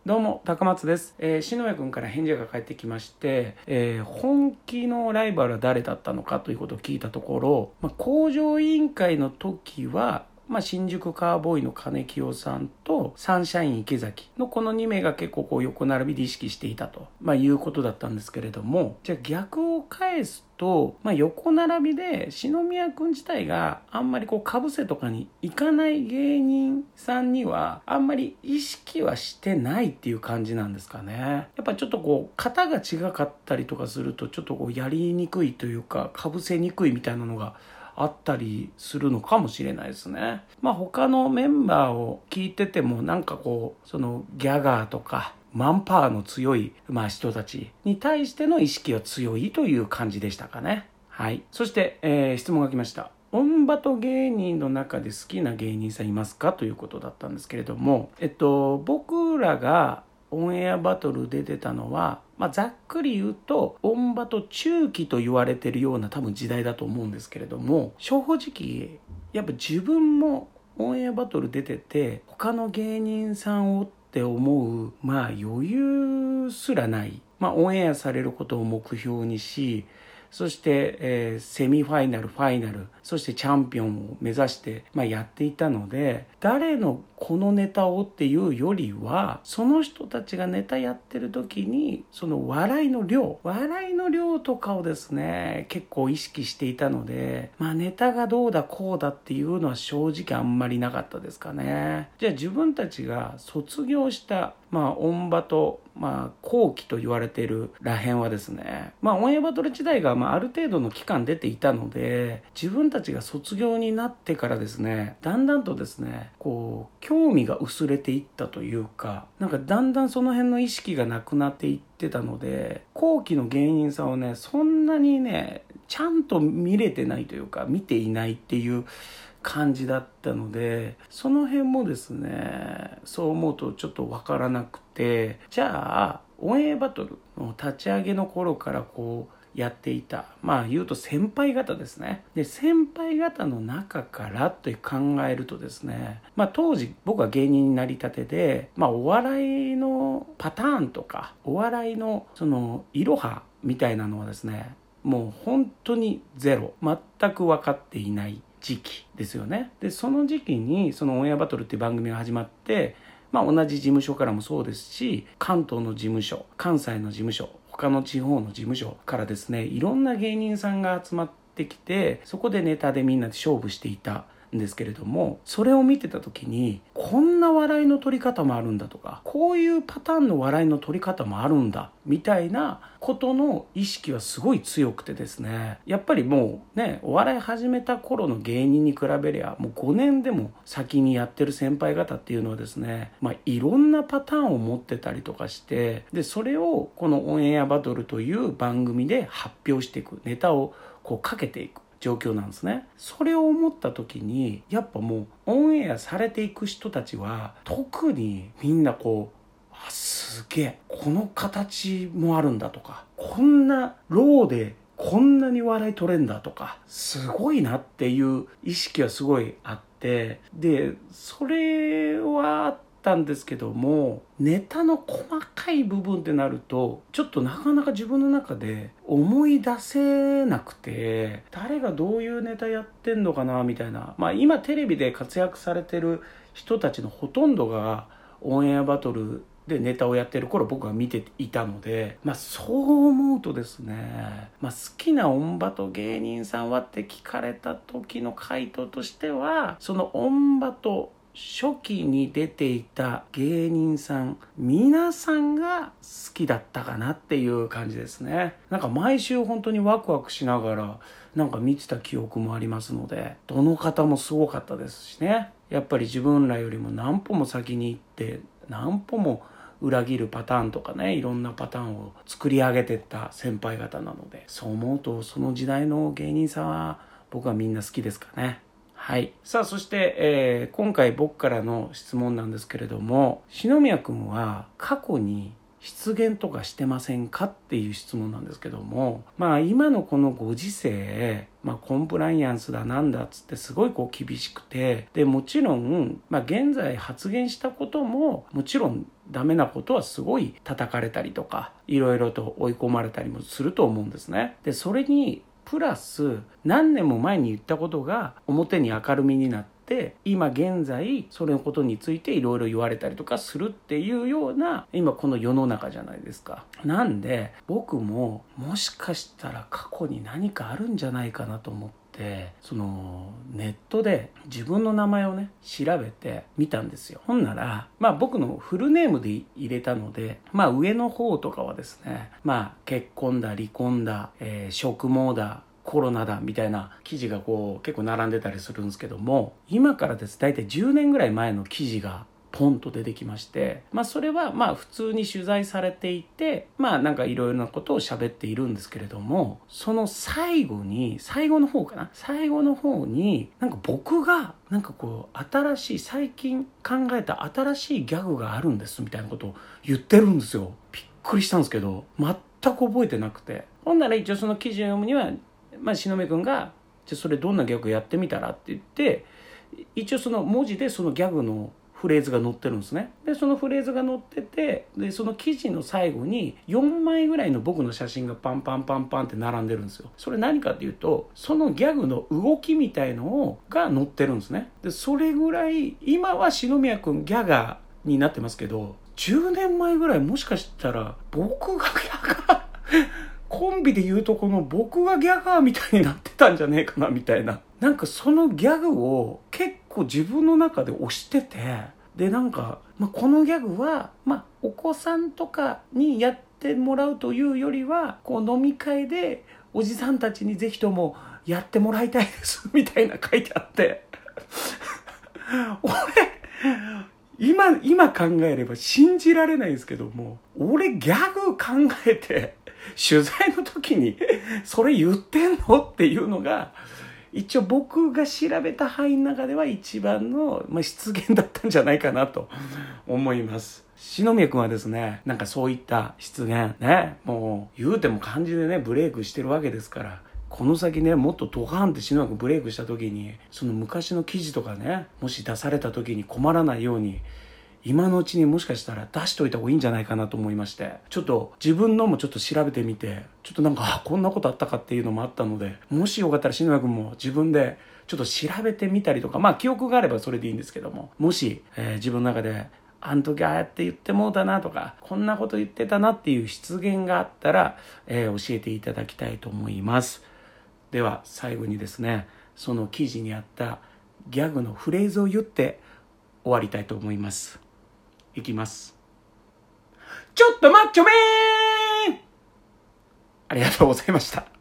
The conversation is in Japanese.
どうも高松です。篠谷君から返事が返ってきまして、本気のライバルは誰だったのかということを聞いたところ、工場委員会の時は新宿カーボーイの金清さんとサンシャイン池崎のこの2名が結構横並びで意識していたと、いうことだったんですけれども、じゃあ逆を返すと、横並びで篠宮君自体があんまりかぶせとかに行かない芸人さんにはあんまり意識はしてないっていう感じなんですかね。やっぱちょっと型が違かったりとかするとちょっとやりにくいというかかぶせにくいみたいなのがあったりするのかもしれないですね。他のメンバーを聞いててもそのギャガーとかマンパワーの強い、人たちに対しての意識は強いという感じでしたかね。はい。そして、質問が来ました。オンバト芸人の中で好きな芸人さんいますかということだったんですけれども、僕らがオンエアバトルで出たのは、ざっくり言うとオンバト中期と言われてるような多分時代だと思うんですけれども、正直やっぱ自分もオンエアバトル出てて他の芸人さんをって思う余裕すらない、オンエアされることを目標にし、そして、セミファイナル、ファイナル、そしてチャンピオンを目指して、やっていたので、誰のこのネタをっていうよりは、その人たちがネタやってる時に、その笑いの量とかをですね、結構意識していたので、ネタがどうだこうだっていうのは正直あんまりなかったですかね。じゃあ自分たちが卒業した、オンバト、後期と言われているらへんはですね、オンエアバトル自体がある程度の期間出ていたので、自分たちが卒業になってからですね、だんだんとですね、興味が薄れていったというか、だんだんその辺の意識がなくなっていってたので、後期の芸人さんをね、そんなにね、ちゃんと見れてないというか、見ていないっていう感じだったので、その辺もですね、そう思うとちょっとわからなくて、じゃあオンエアバトルの立ち上げの頃からやっていた、言うと先輩方ですね。で、先輩方の中からと考えるとですね、当時僕は芸人になりたてで、お笑いのパターンとかお笑いのそのいろはみたいなのはですね、もう本当にゼロ、全く分かっていない時期ですよね。で、その時期にそのオンエアバトルっていう番組が始まって、同じ事務所からもそうですし、関東の事務所、関西の事務所、他の地方の事務所からですね、いろんな芸人さんが集まってきて、そこでネタでみんなで勝負していたんですけれども、それを見てた時にこんな笑いの取り方もあるんだとか、こういうパターンの笑いの取り方もあるんだみたいなことの意識はすごい強くてですね、やっぱりもうね、お笑い始めた頃の芸人に比べりゃもう5年でも先にやってる先輩方っていうのはですね、いろんなパターンを持ってたりとかして、でそれをこのオンエアバトルという番組で発表していく、ネタをかけていく状況なんですね。それを思った時に、やっぱもうオンエアされていく人たちは特にみんなすげえ、この形もあるんだとか、こんなローでこんなに笑い取れんだとか、すごいなっていう意識はすごいあって、でそれはあったんですけども、ネタの細かい部分ってなるとちょっとなかなか自分の中で思い出せなくて、誰がどういうネタやってんのかなみたいな、今テレビで活躍されてる人たちのほとんどがオンエアバトルでネタをやってる頃僕は見ていたので、そう思うとですね、好きなオンバト芸人さんはって聞かれた時の回答としては、そのオンバト初期に出ていた芸人さん皆さんが好きだったかなっていう感じですね。毎週本当にワクワクしながら見てた記憶もありますので、どの方もすごかったですしね。やっぱり自分らよりも何歩も先に行って何歩も裏切るパターンとかね、いろんなパターンを作り上げていった先輩方なので、そう思うとその時代の芸人さんは僕はみんな好きですかね。はい。さあ、そして、今回僕からの質問なんですけれども、篠宮くんは過去に失言とかしてませんかっていう質問なんですけども、今のこのご時世、コンプライアンスだなんだっつってすごい厳しくて、でもちろん、現在発言したことももちろんダメなことはすごい叩かれたりとか、いろいろと追い込まれたりもすると思うんですね。で、それにプラス何年も前に言ったことが表に明るみになって、今現在それのことについていろいろ言われたりとかするっていうような今この世の中じゃないですか。なんで僕ももしかしたら過去に何かあるんじゃないかなと思って、そのネットで自分の名前をね調べてみたんですよ。ほんなら僕のフルネームで入れたので、上の方とかはですね、結婚だ、離婚だ、職毛だ、コロナだみたいな記事がこう結構並んでたりするんですけども、今からです大体10年ぐらい前の記事がポンと出てきまして、それは普通に取材されていて、なんかいろいろなことを喋っているんですけれども、その最後の方になんか僕がなんかこう新しい最近考えた新しいギャグがあるんですみたいなことを言ってるんですよ。びっくりしたんですけど全く覚えてなくて、ほんなら一応その記事を読むには篠宮君がじゃそれどんなギャグやってみたらって言って、一応その文字でそのギャグのフレーズが載ってるんですね。でそのフレーズが載ってて、でその記事の最後に4枚ぐらいの僕の写真がパンパンパンパンって並んでるんですよ。それ何かっていうと、そのギャグの動きみたいのが載ってるんですね。でそれぐらい今は篠宮君ギャガーになってますけど、10年前ぐらいもしかしたら僕がギャガーコンビで言うとこの僕がギャガーみたいになってたんじゃねえかなみたいな。なんかそのギャグを結構自分の中で推してて、でなんか、このギャグはお子さんとかにやってもらうというよりは、こう飲み会でおじさんたちにぜひともやってもらいたいですみたいな書いてあって俺今考えれば信じられないんですけども、俺ギャグ考えて取材の時にそれ言ってんのっていうのが一応僕が調べた範囲の中では一番の、失言だったんじゃないかなと思います。篠宮君はですね、なんかそういった失言ね、もう言うても漢字でねブレイクしてるわけですから、この先ねもっとドカーンって篠宮君ブレイクした時に、その昔の記事とかねもし出された時に困らないように今のうちにもしかしたら出しといた方がいいんじゃないかなと思いまして、ちょっと自分のもちょっと調べてみて、ちょっとなんかこんなことあったかっていうのもあったので、もしよかったら篠宮君も自分でちょっと調べてみたりとか、記憶があればそれでいいんですけども、もし、自分の中であの時ああやって言ってもうたなとか、こんなこと言ってたなっていう失言があったら、教えていただきたいと思います。では最後にですね、その記事にあったギャグのフレーズを言って終わりたいと思います。いきます。ちょっとマッチョメーン。ありがとうございました。